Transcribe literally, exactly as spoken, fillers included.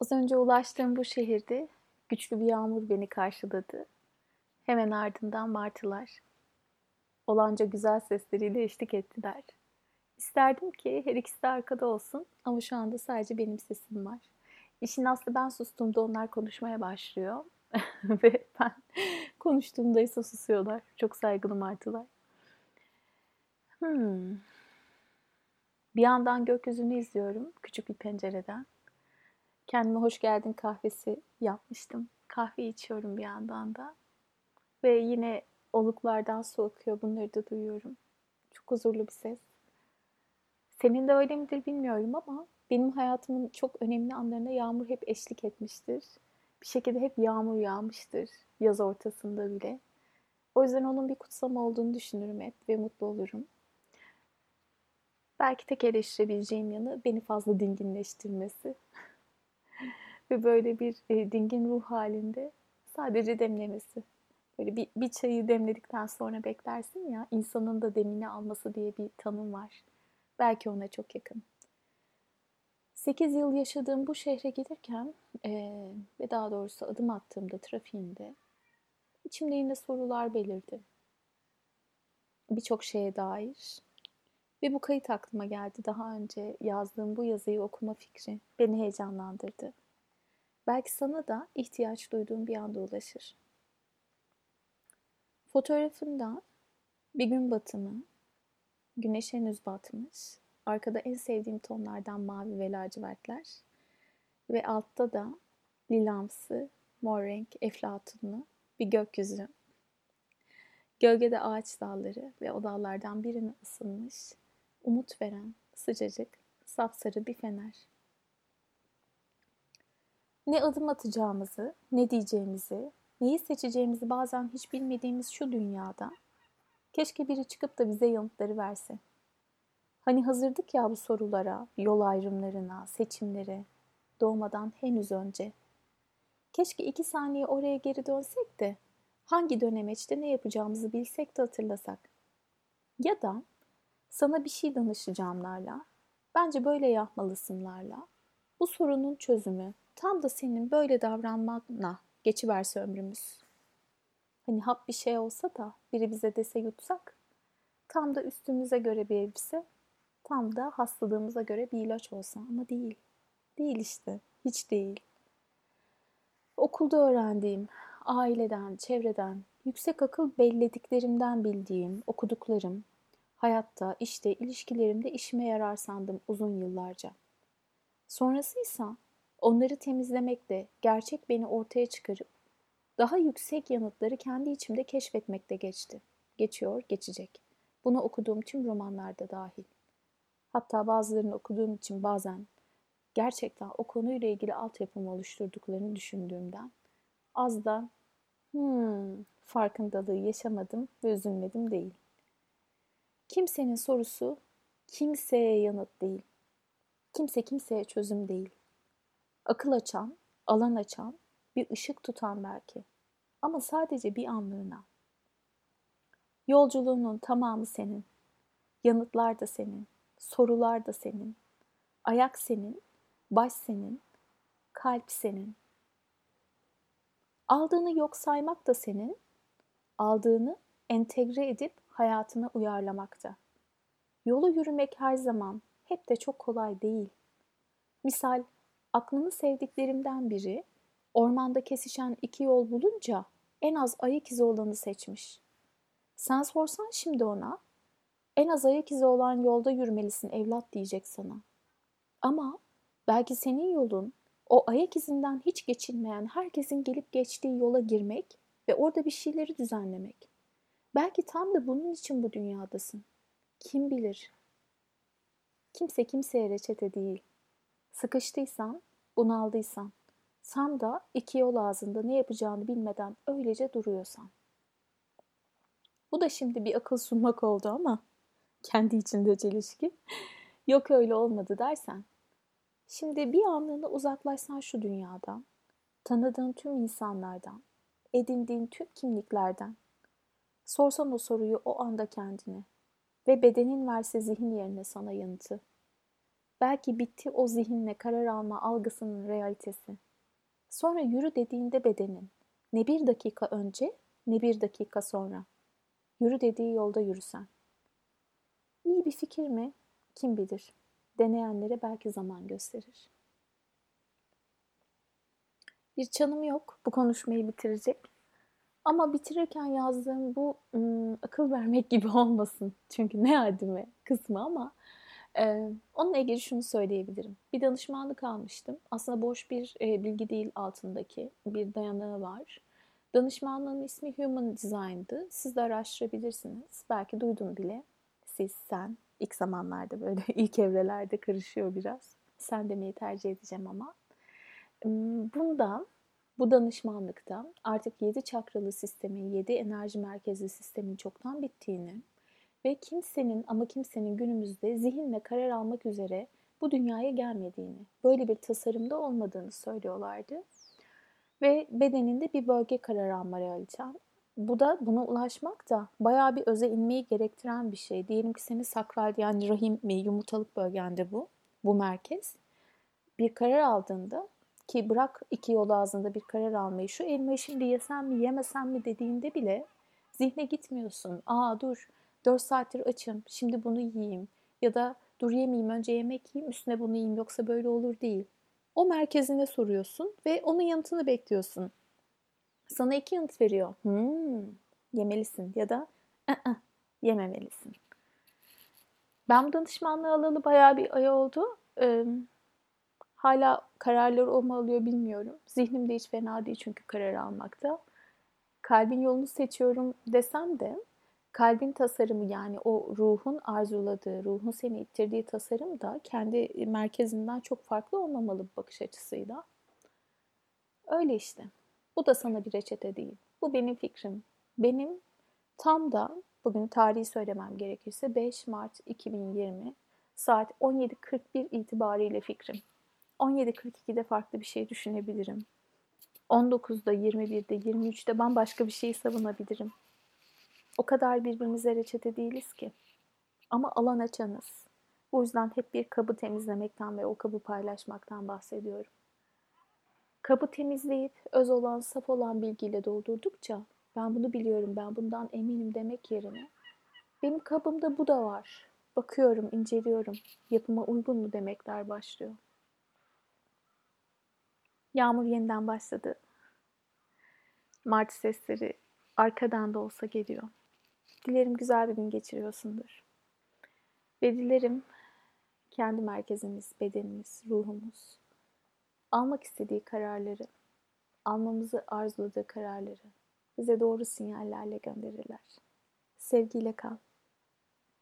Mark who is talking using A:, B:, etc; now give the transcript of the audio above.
A: Az önce ulaştığım bu şehirde güçlü bir yağmur beni karşıladı. Hemen ardından martılar. Olanca güzel sesleriyle eşlik ettiler. İsterdim ki her ikisi de arkada olsun ama şu anda sadece benim sesim var. İşin aslı ben sustuğumda onlar konuşmaya başlıyor. Ve ben konuştuğumda ise susuyorlar. Çok saygılı martılar. Hmm. Bir yandan gökyüzünü izliyorum küçük bir pencereden. Kendime hoş geldin kahvesi yapmıştım. Kahve içiyorum bir yandan da. Ve yine oluklardan su akıyor. Bunları da duyuyorum. Çok huzurlu bir ses. Senin de öyle midir bilmiyorum ama benim hayatımın çok önemli anlarına yağmur hep eşlik etmiştir. Bir şekilde hep yağmur yağmıştır. Yaz ortasında bile. O yüzden onun bir kutsam olduğunu düşünürüm hep ve mutlu olurum. Belki tek eleştirebileceğim yanı beni fazla dinginleştirmesi. Ve böyle bir e, dingin ruh halinde sadece demlemesi. Böyle bir, bir çayı demledikten sonra beklersin ya, insanın da demini alması diye bir tanım var. Belki ona çok yakın. Sekiz yıl yaşadığım bu şehre gelirken e, ve daha doğrusu adım attığımda trafiğinde içimde yine sorular belirdi. Birçok şeye dair. Ve bu kayıt aklıma geldi. Daha önce yazdığım bu yazıyı okuma fikri beni heyecanlandırdı. Belki sana da ihtiyaç duyduğun bir anda ulaşır. Fotoğrafında bir gün batımı, güneş henüz batmış, arkada en sevdiğim tonlardan mavi ve lacivertler ve altta da lilamsı, mor renk, eflatunlu bir gökyüzü. Gölgede ağaç dalları ve o dallardan birine ısınmış, umut veren, sıcacık, sapsarı bir fener. Ne adım atacağımızı, ne diyeceğimizi, neyi seçeceğimizi bazen hiç bilmediğimiz şu dünyada keşke biri çıkıp da bize yanıtları verse. Hani hazırdık ya bu sorulara, yol ayrımlarına, seçimlere, doğmadan henüz önce. Keşke iki saniye oraya geri dönsek de hangi dönemeçte ne yapacağımızı bilsek de hatırlasak. Ya da sana bir şey danışacağımlarla, bence böyle yapmalısınlarla, bu sorunun çözümü tam da senin böyle davranmanla geçiverse ömrümüz. Hani hap bir şey olsa da biri bize dese yutsak, tam da üstümüze göre bir elbise, tam da hastalığımıza göre bir ilaç olsa ama değil. Değil işte, hiç değil. Okulda öğrendiğim, aileden, çevreden, yüksek akıl bellediklerimden bildiğim, okuduklarım, hayatta, işte, ilişkilerimde işime yarar sandım uzun yıllarca. Sonrasıysa onları temizlemekle, gerçek beni ortaya çıkarıp daha yüksek yanıtları kendi içimde keşfetmekte geçti. Geçiyor, geçecek. Bunu okuduğum tüm romanlarda dahil. Hatta bazılarını okuduğum için bazen gerçekten o konuyla ilgili altyapımı oluşturduklarını düşündüğümden az da hmm, farkındalığı yaşamadım ve üzülmedim değil. Kimsenin sorusu kimseye yanıt değil. Kimse kimseye çözüm değil. Akıl açan, alan açan, bir ışık tutan belki. Ama sadece bir anlığına. Yolculuğunun tamamı senin. Yanıtlar da senin. Sorular da senin. Ayak senin. Baş senin. Kalp senin. Aldığını yok saymak da senin. Aldığını entegre edip hayatına uyarlamak da. Yolu yürümek her zaman hep de çok kolay değil. Misal, aklını sevdiklerimden biri ormanda kesişen iki yol bulunca en az ayak izi olanı seçmiş. Sen sorsan şimdi ona, en az ayak izi olan yolda yürümelisin evlat diyecek sana. Ama belki senin yolun o ayak izinden hiç geçilmeyen herkesin gelip geçtiği yola girmek ve orada bir şeyleri düzenlemek. Belki tam da bunun için bu dünyadasın. Kim bilir? Kimse kimseye reçete değil. Sıkıştıysan, bunaldıysan, tam da iki yol ağzında ne yapacağını bilmeden öylece duruyorsan. Bu da şimdi bir akıl sunmak oldu ama kendi içinde çelişki. Yok öyle olmadı dersen. Şimdi bir anlığına uzaklaşsan şu dünyadan, tanıdığın tüm insanlardan, edindiğin tüm kimliklerden, sorsan o soruyu o anda kendine ve bedenin verse zihin yerine sana yanıtı. Belki bitti o zihinle karar alma algısının realitesi. Sonra yürü dediğinde bedenin, ne bir dakika önce ne bir dakika sonra. Yürü dediği yolda yürüsen. İyi bir fikir mi? Kim bilir. Deneyenlere belki zaman gösterir. Bir çanım yok bu konuşmayı bitirecek. Ama bitirirken yazdığım bu ım, akıl vermek gibi olmasın. Çünkü ne haddime kısmı ama e, onunla ilgili şunu söyleyebilirim. Bir danışmanlık almıştım. Aslında boş bir e, bilgi değil altındaki bir dayanağı var. Danışmanlığın ismi Human Design'dı. Siz de araştırabilirsiniz. Belki duydun bile. Siz, sen. İlk zamanlarda böyle ilk evrelerde karışıyor biraz. Sen demeyi tercih edeceğim ama. Bundan, bu danışmanlıkta artık yedi çakralı sistemin, yedi enerji merkezli sistemin çoktan bittiğini ve kimsenin ama kimsenin günümüzde zihinle karar almak üzere bu dünyaya gelmediğini, böyle bir tasarımda olmadığını söylüyorlardı. Ve bedeninde bir bölge karar alma realitem. Bu da buna ulaşmak da bayağı bir öze inmeyi gerektiren bir şey. Diyelim ki senin sakral yani rahim mi yumurtalık bölgende bu, bu merkez. Bir karar aldığında ki bırak iki yol ağzında bir karar almayı, şu elmayı şimdi yesem mi yemesem mi dediğinde bile zihne gitmiyorsun. Aa dur dört saattir açım şimdi bunu yiyeyim ya da dur yemeyeyim önce yemek yiyeyim üstüne bunu yiyeyim yoksa böyle olur değil. O merkezine soruyorsun ve onun yanıtını bekliyorsun. Sana iki yanıt veriyor. Hmm, yemelisin ya da ı-ı, yememelisin. Ben bu danışmanlığı alalı bayağı bir ay oldu. Ee, hala kararları o mu alıyor bilmiyorum. Zihnim de hiç fena değil çünkü karar almakta. Kalbin yolunu seçiyorum desem de kalbin tasarımı yani o ruhun arzuladığı, ruhun seni ittirdiği tasarım da kendi merkezinden çok farklı olmamalı bir bakış açısıyla. Öyle işte. Bu da sana bir reçete değil. Bu benim fikrim. Benim tam da bugün tarihi söylemem gerekirse beş Mart iki bin yirmi saat on yedi kırk bir itibariyle fikrim. on yedi kırk ikide farklı bir şey düşünebilirim. on dokuzda, yirmi birde, yirmi üçte bambaşka bir şeyi savunabilirim. O kadar birbirimize reçete değiliz ki. Ama alan açanız. Bu yüzden hep bir kabı temizlemekten ve o kabı paylaşmaktan bahsediyorum. Kabı temizleyip öz olan, saf olan bilgiyle doldurdukça ben bunu biliyorum, ben bundan eminim demek yerine benim kabımda bu da var. Bakıyorum, inceliyorum. Yapıma uygun mu demekler başlıyor. Yağmur yeniden başladı. Mart sesleri arkadan da olsa geliyor. Dilerim güzel bir gün geçiriyorsundur. Ve dilerim kendi merkezimiz, bedenimiz, ruhumuz almak istediği kararları, almamızı arzuladığı kararları bize doğru sinyallerle gönderirler. Sevgiyle kal.